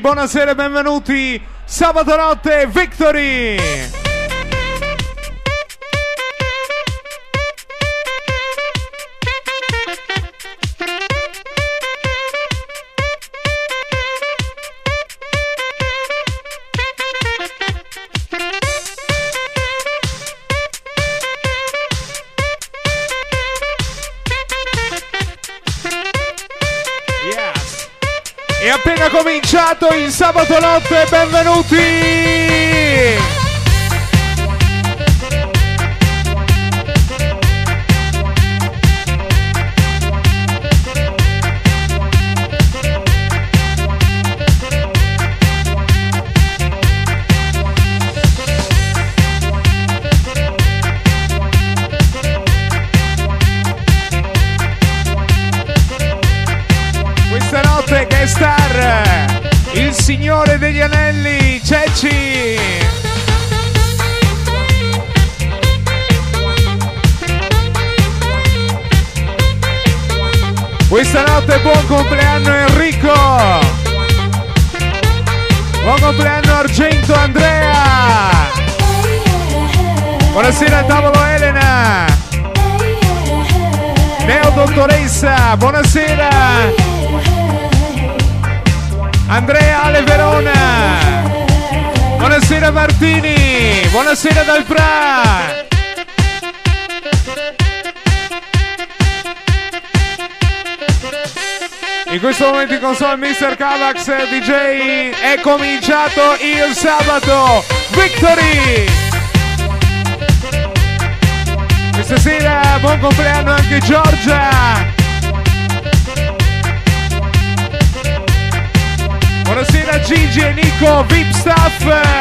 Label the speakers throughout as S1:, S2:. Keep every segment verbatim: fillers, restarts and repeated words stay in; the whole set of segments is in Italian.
S1: buonasera e benvenuti. Sabato notte Victory. È appena cominciato il sabato notte, benvenuti! Questa notte che star, il signore degli anelli, Cecci. Questa notte buon compleanno Enrico. Buon compleanno Argento Andrea. Buonasera al tavolo Elena. Neo dottoressa, buonasera. Andrea Ale Verona. Buonasera Martini. Buonasera dal Pra. In questo momento in console mister Cavax D J. È cominciato il sabato Victory. Questa sera buon compleanno anche Giorgia. Buonasera Gigi e Nico, V I P Staff.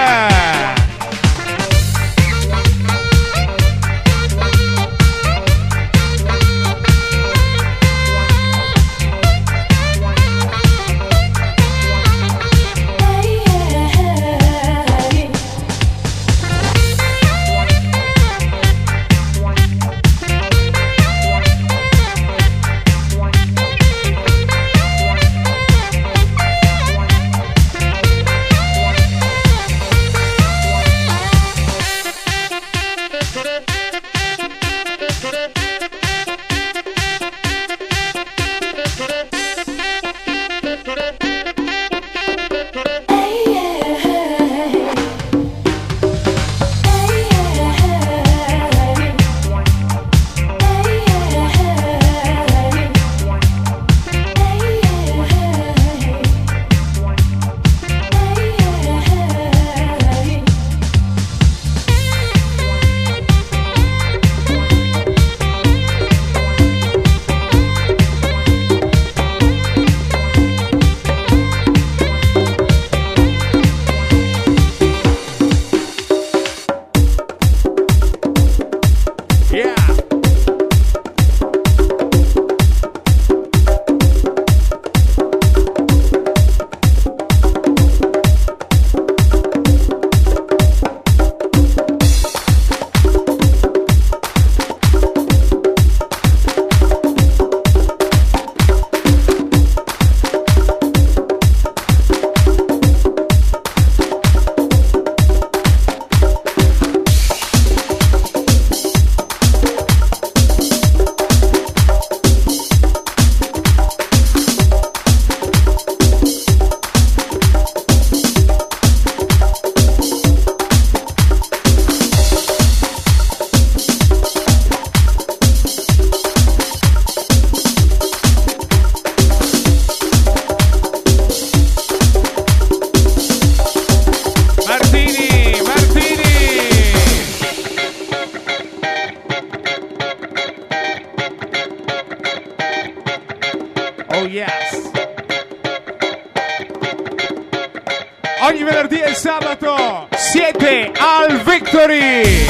S1: Ogni venerdì e sabato siete al Victory.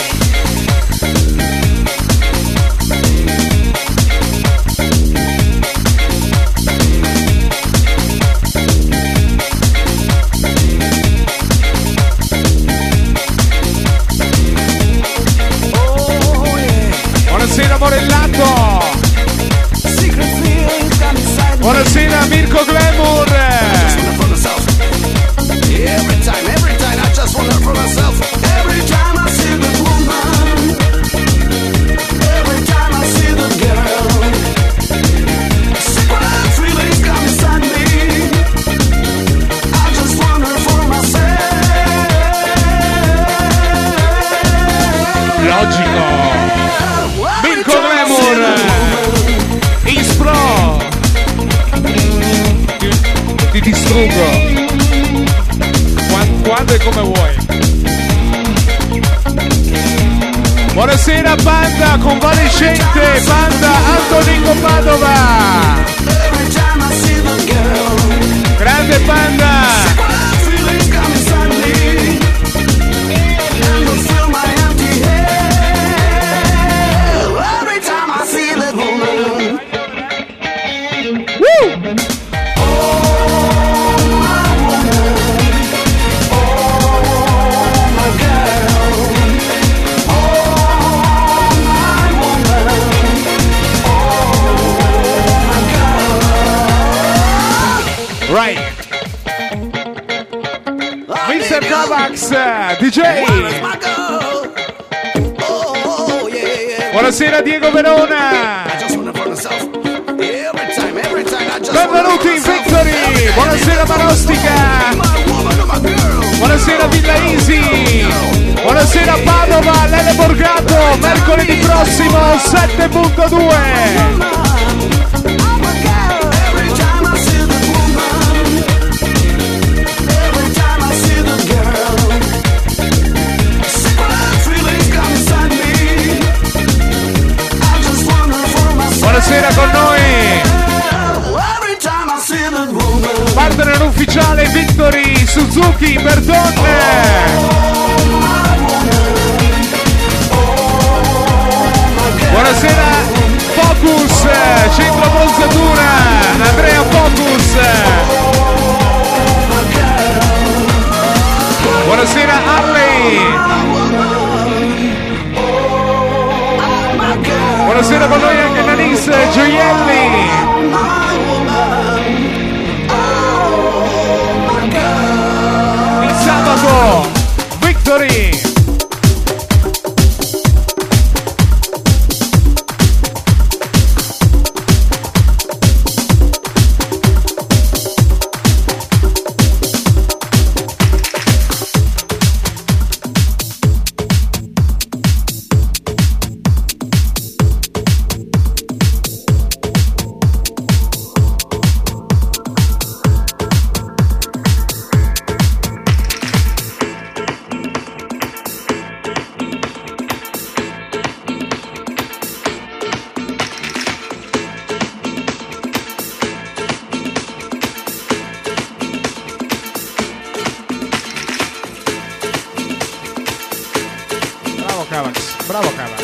S1: Oh, yeah. Buonasera Morellato. Buonasera Mirko Glamour. distruggo. Quando, quando e come vuoi. Buonasera Panda, convalescente, Panda, Antoningo Padova. Grande Panda. Right. mister Kavax, D J. Buonasera Diego Verona. Benvenuti in Victory. Buonasera Marostica. Buonasera Villa Easy. Buonasera Padova, Lele Borgato. Mercoledì prossimo sette punto due. Buonasera con noi partner ufficiale Victory Suzuki per donne. Buonasera Focus, centro bronzatura, Andrea Focus. Buonasera Harley. Buonasera con noi anche Nanis Gioielli. Il sabato Victory. Bravo Cava.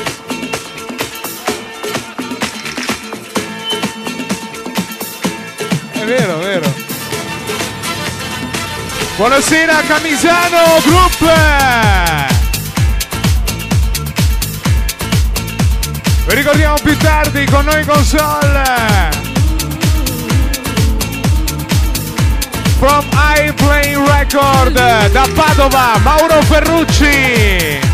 S1: È vero, è vero. Buonasera Camisano Group. Vi ricordiamo più tardi con noi console. From Airplane Record da Padova, Mauro Ferrucci.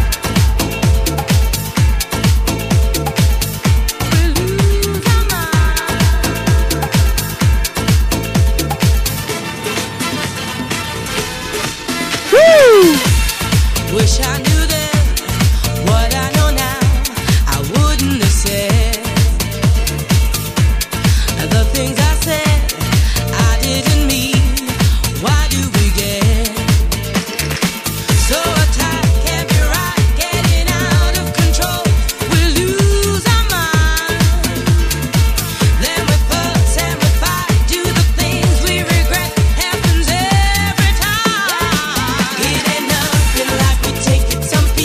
S2: Wish I knew then what I know now, I wouldn't have said the things I said, I didn't mean. Why do we get so attached? Can't be right, getting out of control. We lose our mind, then we fuss and we fight. Do the things we regret, happens every time. It ain't nothing like we take it some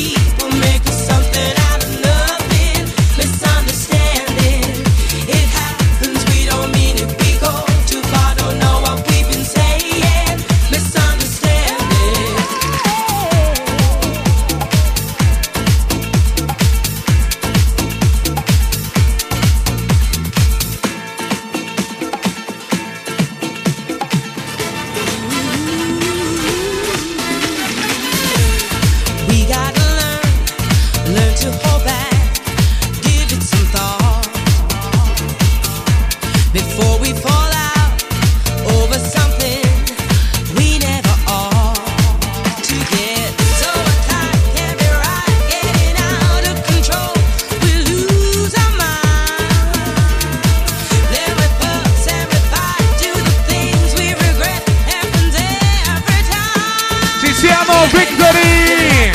S1: siamo, Victory!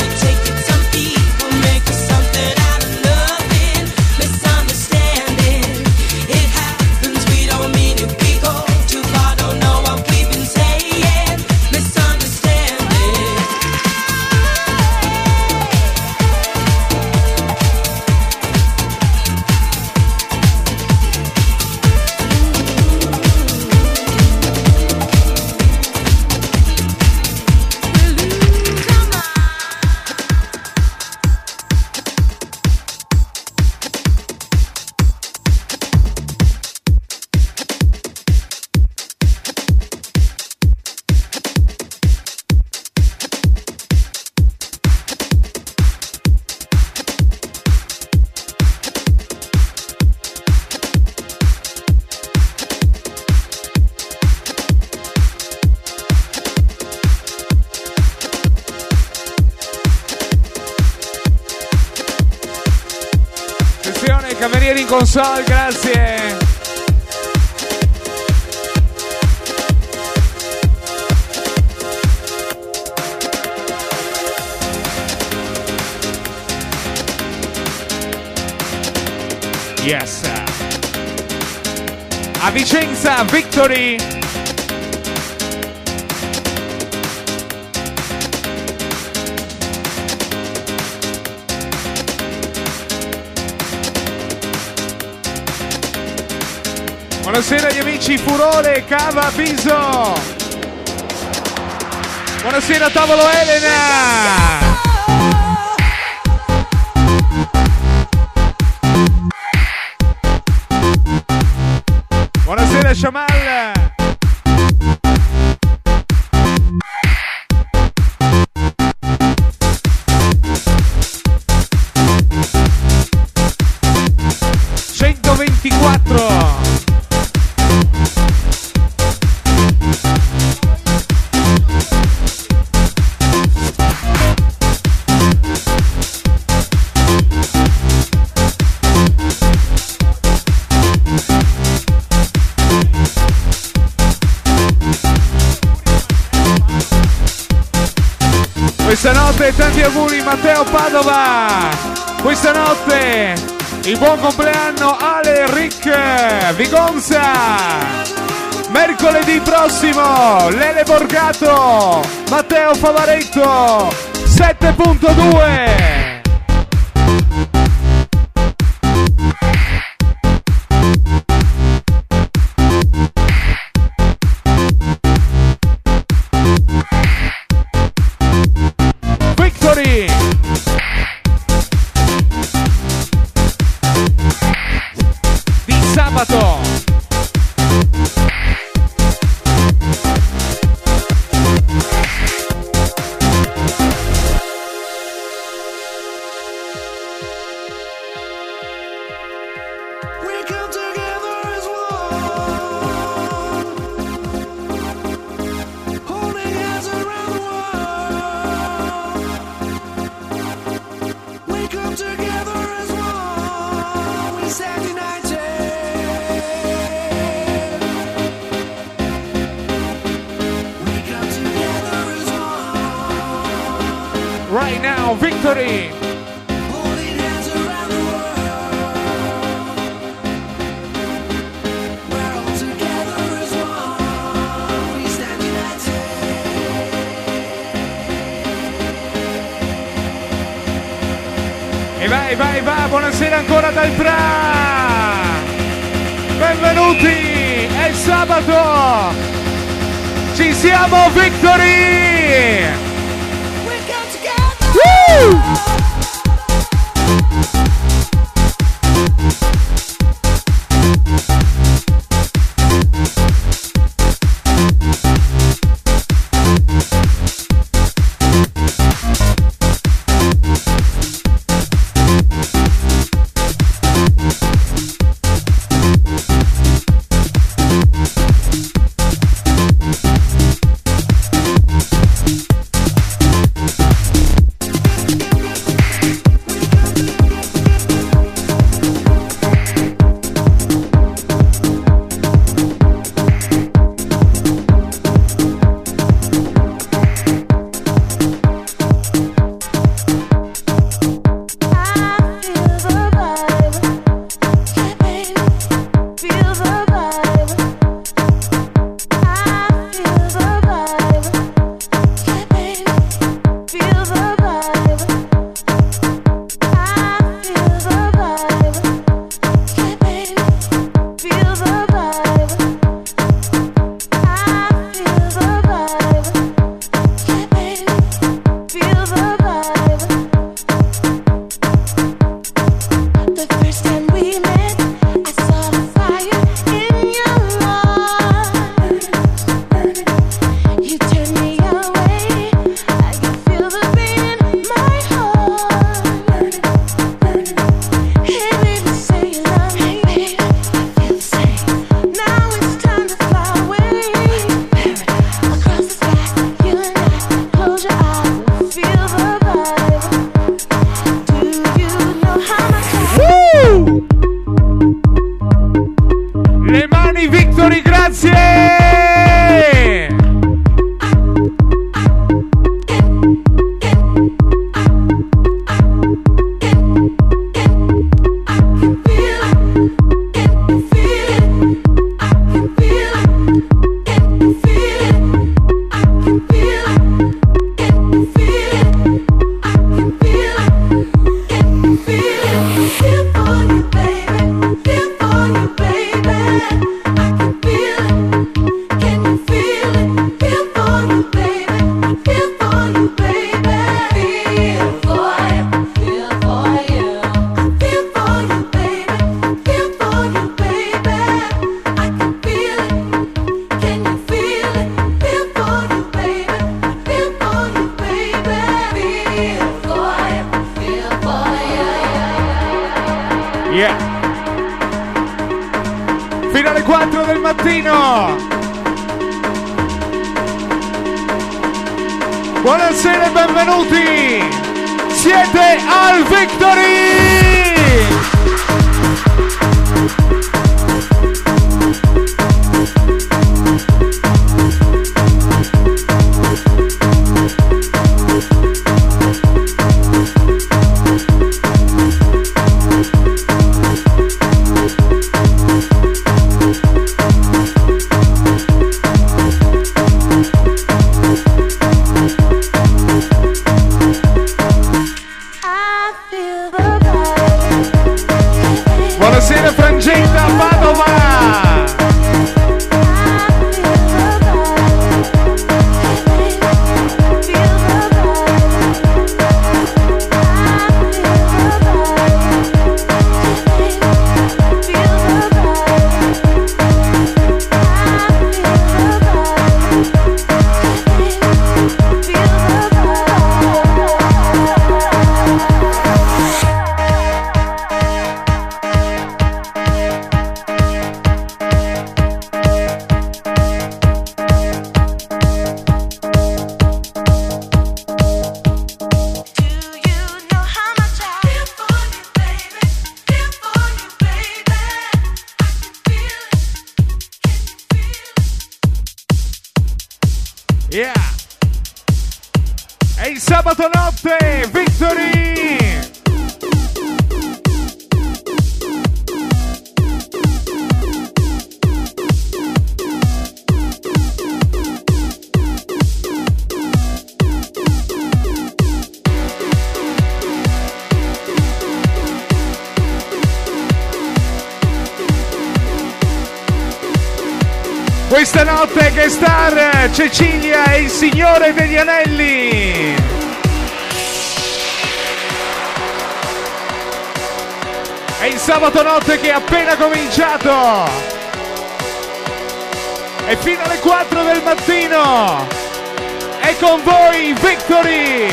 S1: Camerieri in console, grazie. Yes. A Vicenza, Victory. Buonasera agli amici Furore, Cava, Piso. Buonasera tavolo Elena. Buonasera Shamal. centoventiquattro. Questa notte tanti auguri Matteo Padova. Questa notte il buon compleanno Ale Rick Vigonza. Mercoledì prossimo Lele Borgato, Matteo Favaretto sette punto due. Di sabato. Right now, Victory!
S2: Holding hands around the world. We're all together as one. We stand united.
S1: E vai, vai, vai! Buonasera ancora dal Pra! Benvenuti! È sabato! Ci siamo, Victory! Woo! Yeah. Fino alle quattro del mattino. Buonasera e benvenuti. Siete al Victory. Buonasera Frangetta Padova. Yeah! È il sabato notte, Victory! Questa notte che star Cecilia è il signore degli anelli. È il sabato notte che è appena cominciato. E fino alle quattro del mattino. È con voi Victory.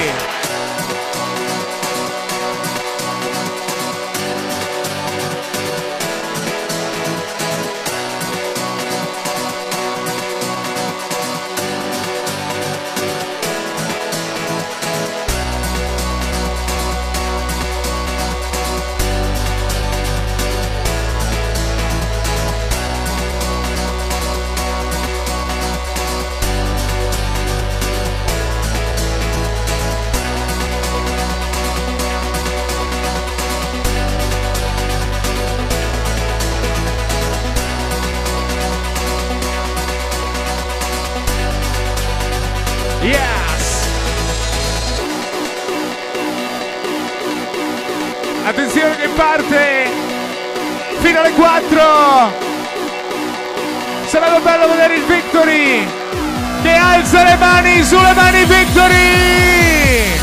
S1: Yes! Attenzione che parte fino alle quattro. Sarebbe bello vedere il Victory che alza le mani, sulle mani Victory!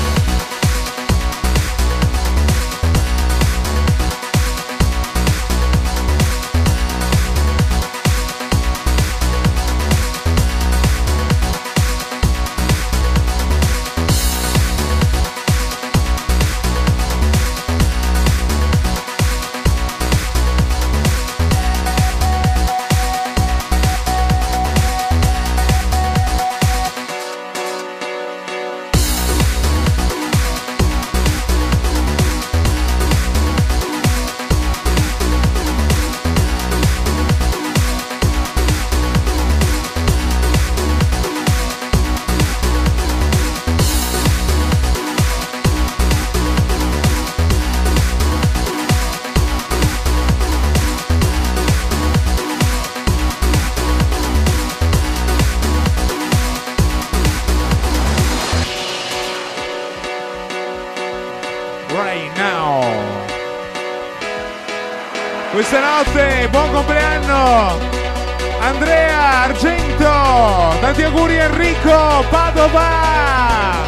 S1: Questa notte, buon compleanno Andrea Argento, tanti auguri Enrico Padova.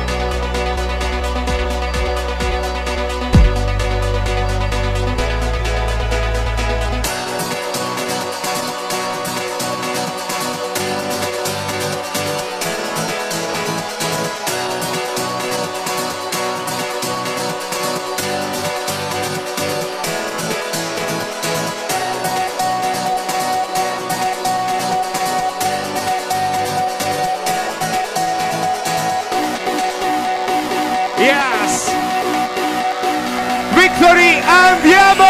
S1: Yes! Victory, andiamo!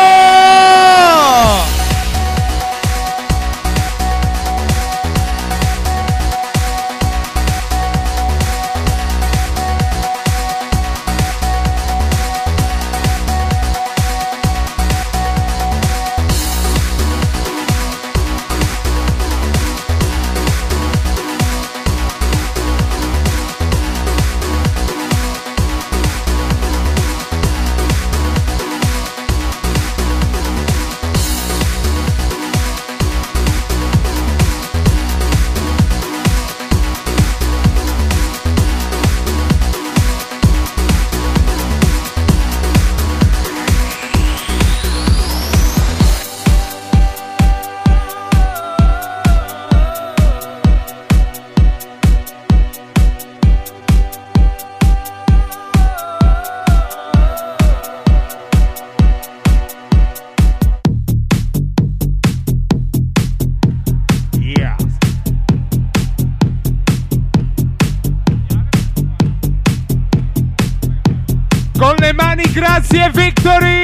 S1: Con le mani, grazie Victory!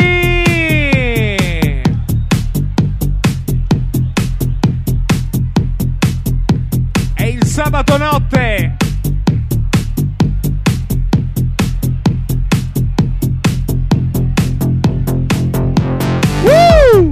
S1: È il sabato notte! Woo!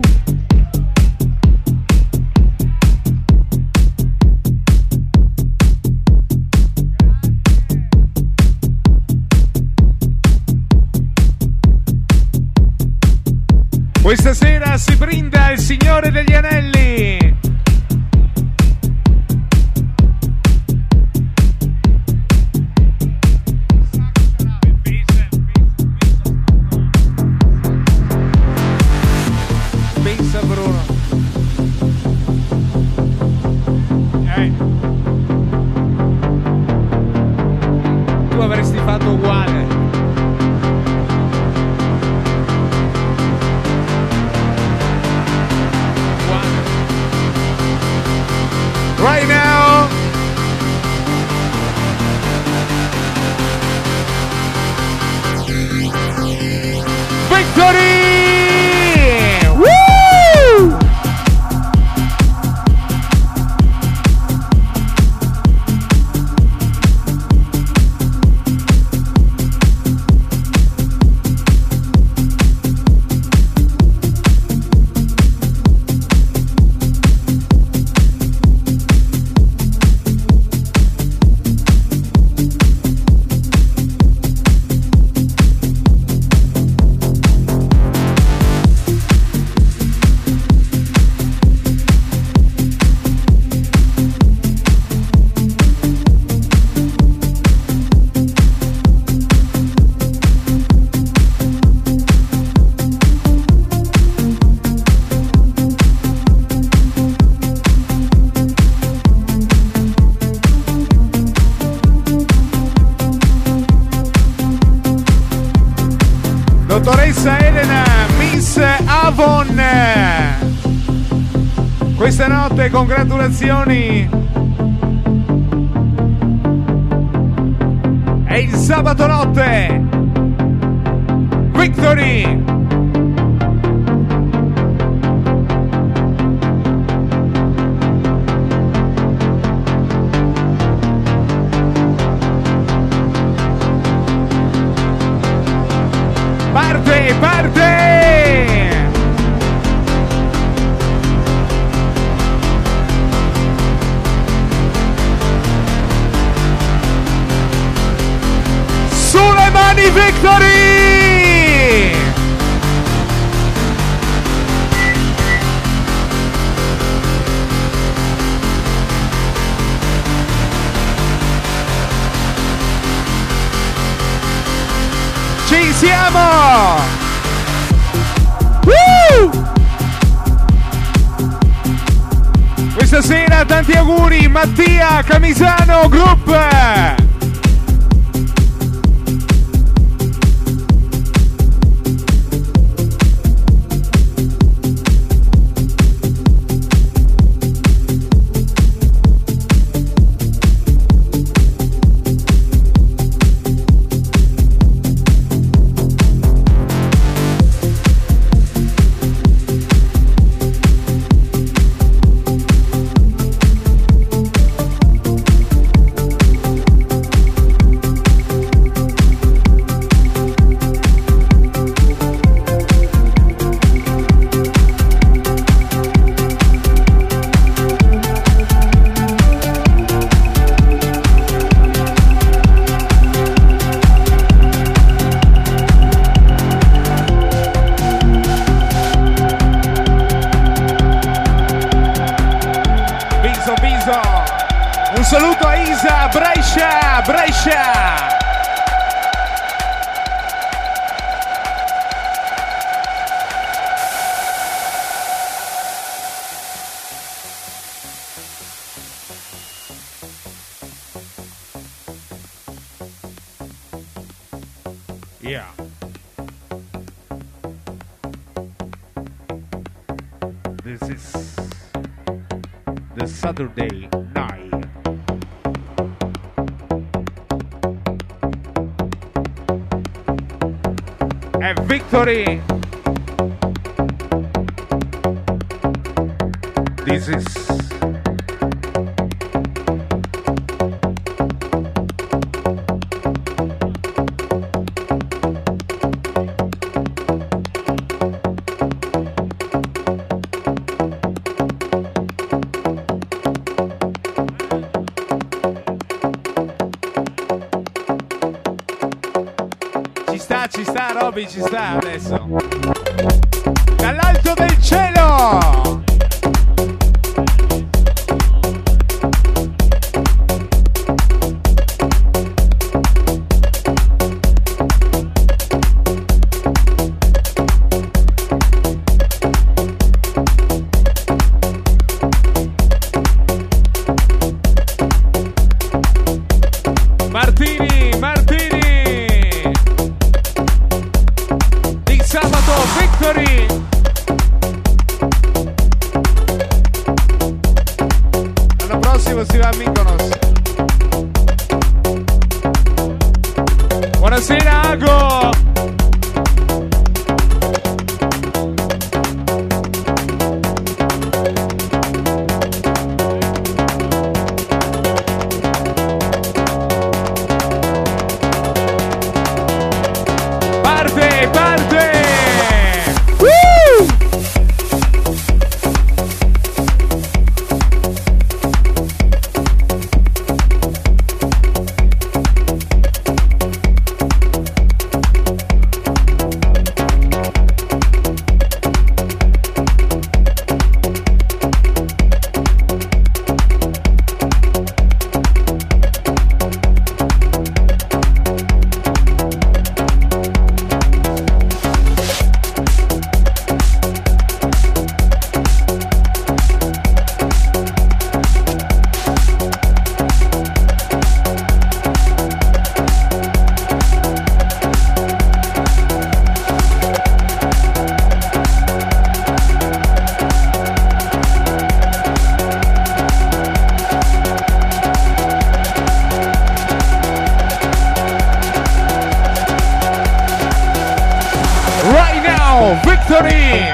S1: Questa sera si brinda il Signore degli Anelli. Pensa Bruno. Eh. Tu avresti fatto uguale. Right now, victory! Woo! Dottoressa Elena, Miss Avon, questa notte congratulazioni. È il sabato notte. Victory. Parte, parte! Sulle mani Victory! Ci siamo! Woo! Questa sera tanti auguri Mattia Camisano Group! Francia. Yeah. This is the Saturday night. And victory. This is ci sta, Roby, ci sta adesso. Dall'alto del cielo. Martini, Martini. Victory! L'anno prossimo si va a Mykonos. Buonasera Ago! Parte, parte! Victory!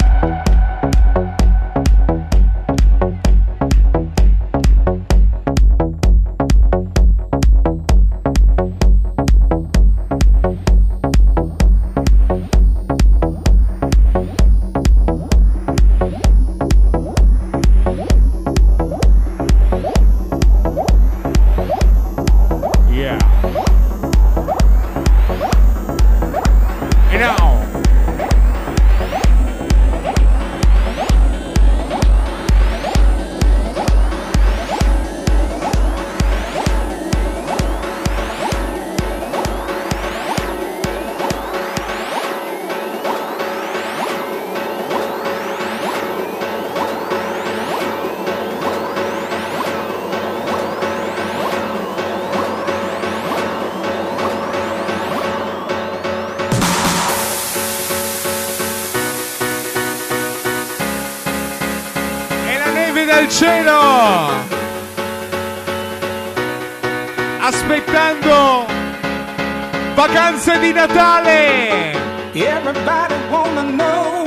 S1: Yeah. And now dal cielo, aspettando vacanze di Natale.
S3: Everybody wanna know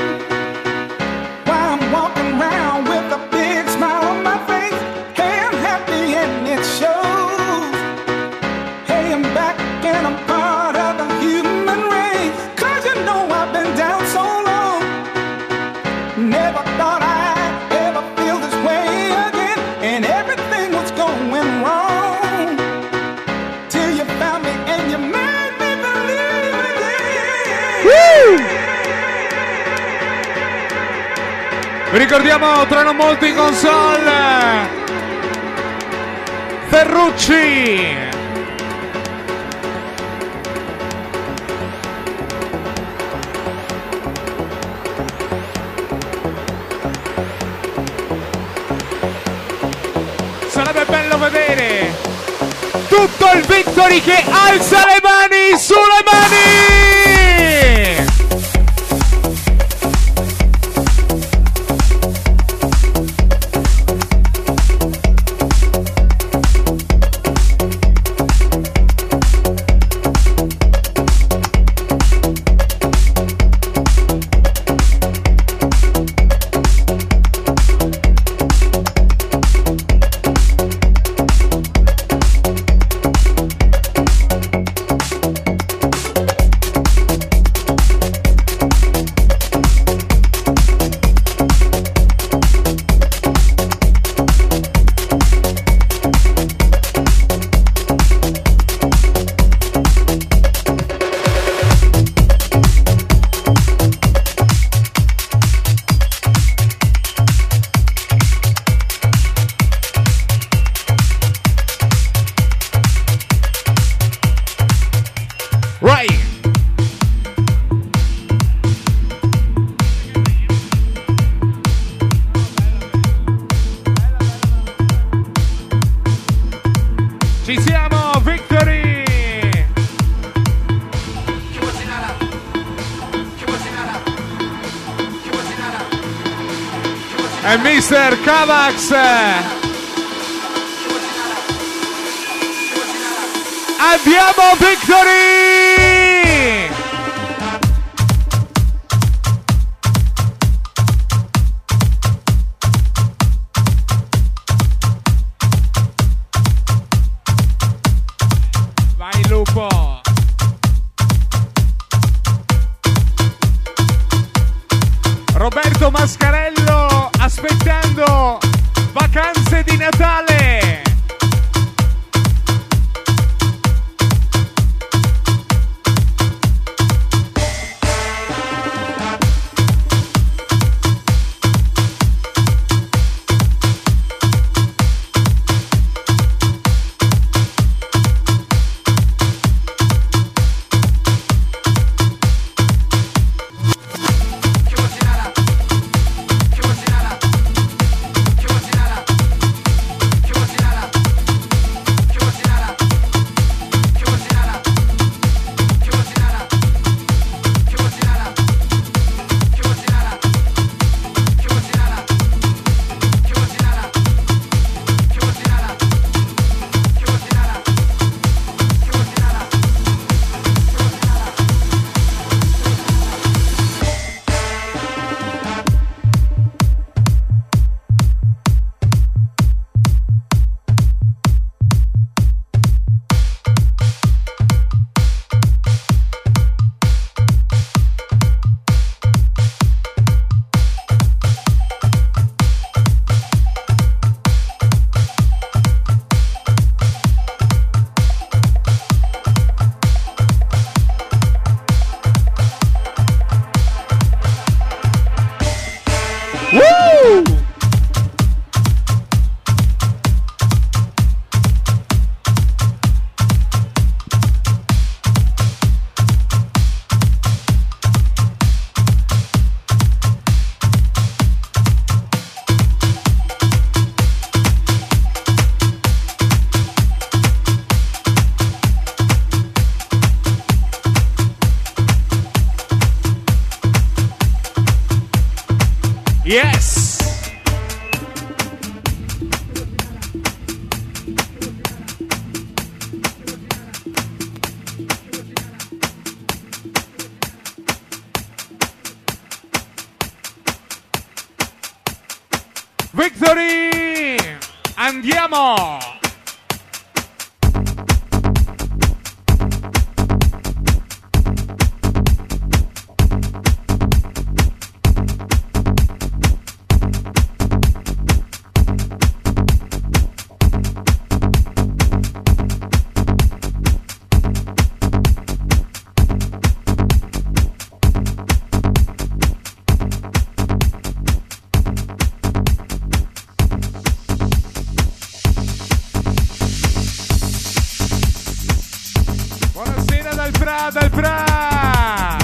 S3: why I'm walking around with a big smile on my face. Hey, I'm happy and it shows. Hey, I'm back and I'm part of the human race. 'Cause you know I've been down so long. Never thought I'd ever feel this way again. And everything was going wrong till you found me and you made me believe again.
S1: Woo! Vi ricordiamo tra non molto in console Ferrucci, Victory che alza le mani sulle mani! Ci siamo, Victory! E mister Cavax! Andiamo, Victory! Roberto Mascarello aspettando vacanze di Natale. Yes! Victory! Andiamo! Dal Pra, dal Pra!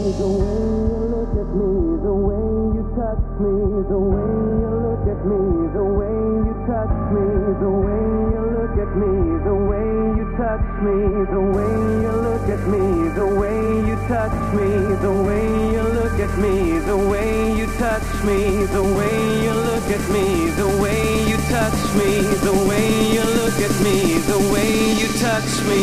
S4: the way you look at me, the way you touch me, the way you look at me, the way you touch me, the way you look at me, the way you touch me, the way you look at me, the way you touch me, the way you look at me, the way you touch me, the way you look at me, the way you touch me, the way you look at me, the way you touch me.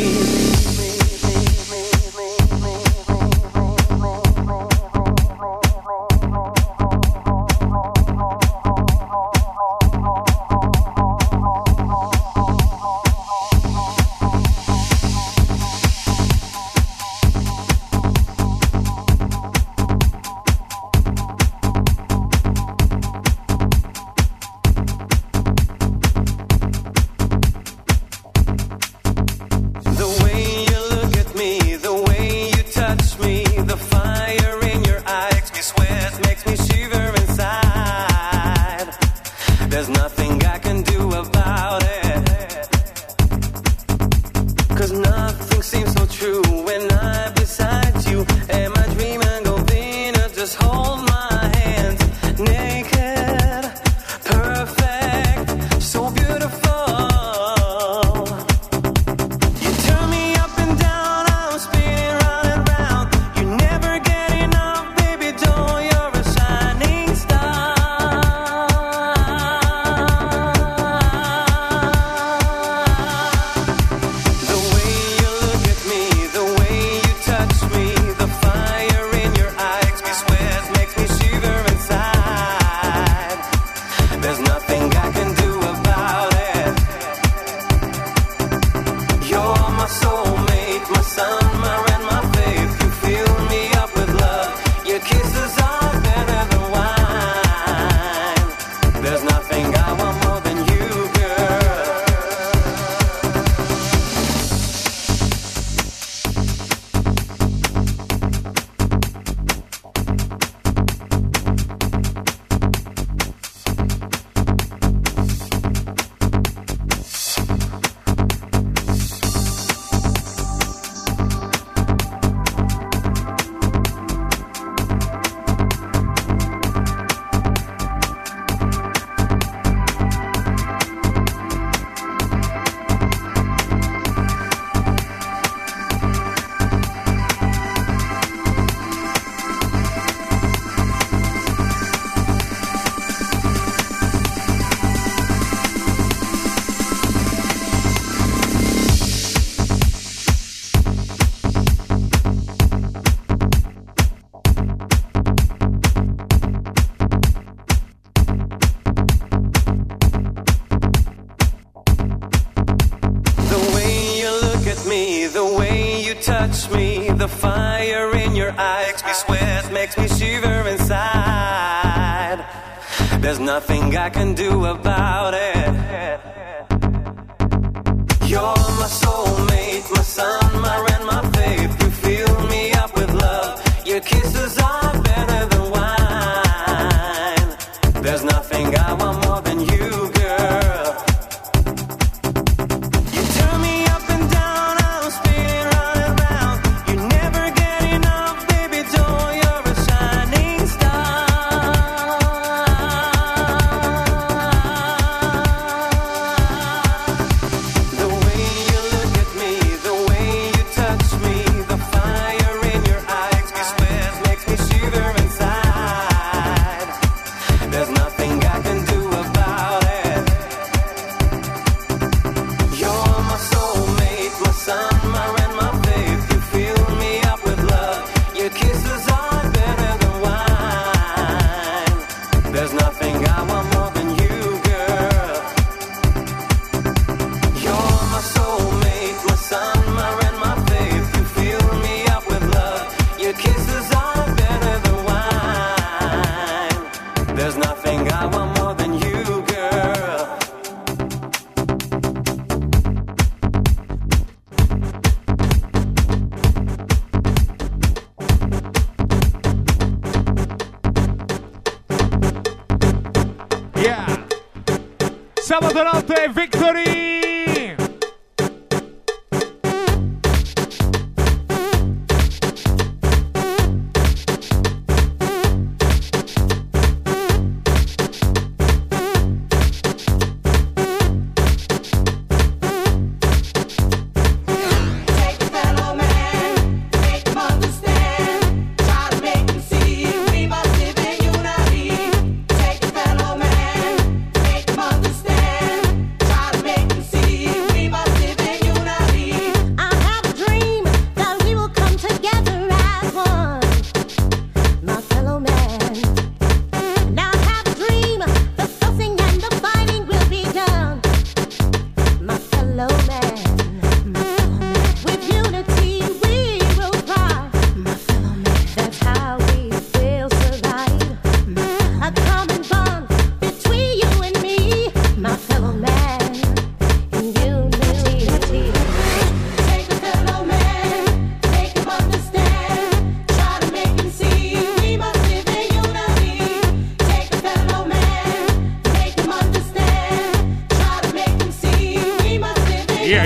S5: There's nothing I can do about it. You're my soulmate, my sun, my rain, my faith. You fill me up with love. Your kisses are better than wine. There's nothing I want more than you, girl. You turn me up and down, I'm spinning round and round. You never get enough, baby doll, you're a shining star. The way you look at me, the way you touch me, the fire in your eyes, me sweat, makes me shiver inside. There's nothing I can do about it. You're my soulmate, my sun, my rain, my faith. You fill me up with love. Your kisses are better than wine. There's nothing I want more than you, girl. You're my soulmate, my sun, my rain, my faith. You fill me up with love. Your kisses are better than wine. There's nothing I want more than you, girl.
S1: Yeah. Sabato notte Victory.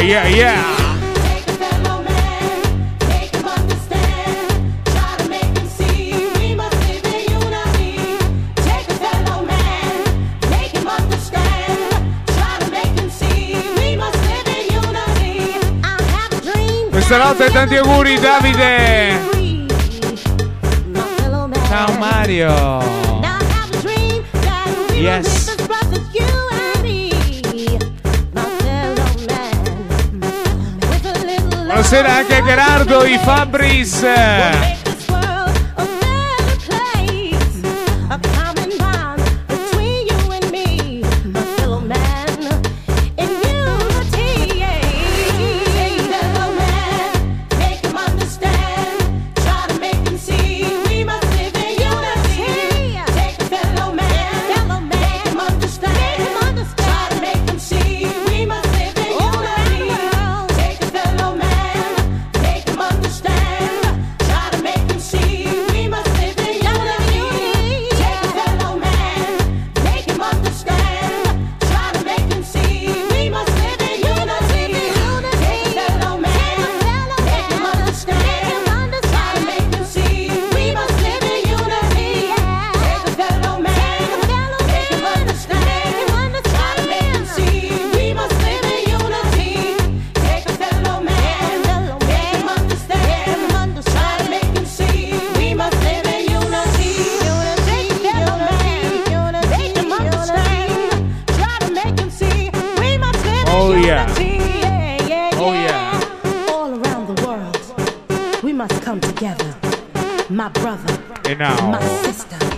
S1: yeah, yeah.
S2: Take a fellow man, make him understand. Try to make him see we must live in unity. Take a fellow man, make him understand. Try to make him see we must live in unity. I have a dream.
S1: Questa notte tanti auguri Davide.
S2: My fellow man.
S1: Ciao Mario.
S2: Now I have a dream that we
S1: Yes.
S2: will live as brothers, you and me. My fellow man. With a little love.
S1: Buonasera anche a Gerardo, i Fabris.
S2: Make this world a better place. A common bond between you and me, my fellow man, in unity. Take a fellow man, make him understand. Try to make him see we must live in unity. Take a fellow man, make him understand. Try to make him see we must live in unity. Take a fellow man, make him understand. Try to make him see we must live in unity. Take a fellow man, make him understand. Try to make him see we must live in unity. Take a fellow man, make him understand. Try to make him see we must live in unity. Take a fellow man, make him understand. Try to make him see we must live in unity. Take a fellow man, make him understand. Try to make him see we must live in unity. Take a fellow man, make him understand. Try to make him see we must live in
S1: Oh, yeah.
S2: unity. Yeah, yeah,
S1: Oh,
S2: yeah.
S1: yeah.
S2: All around the world, we must come together. My brother,
S1: E now
S2: my sister.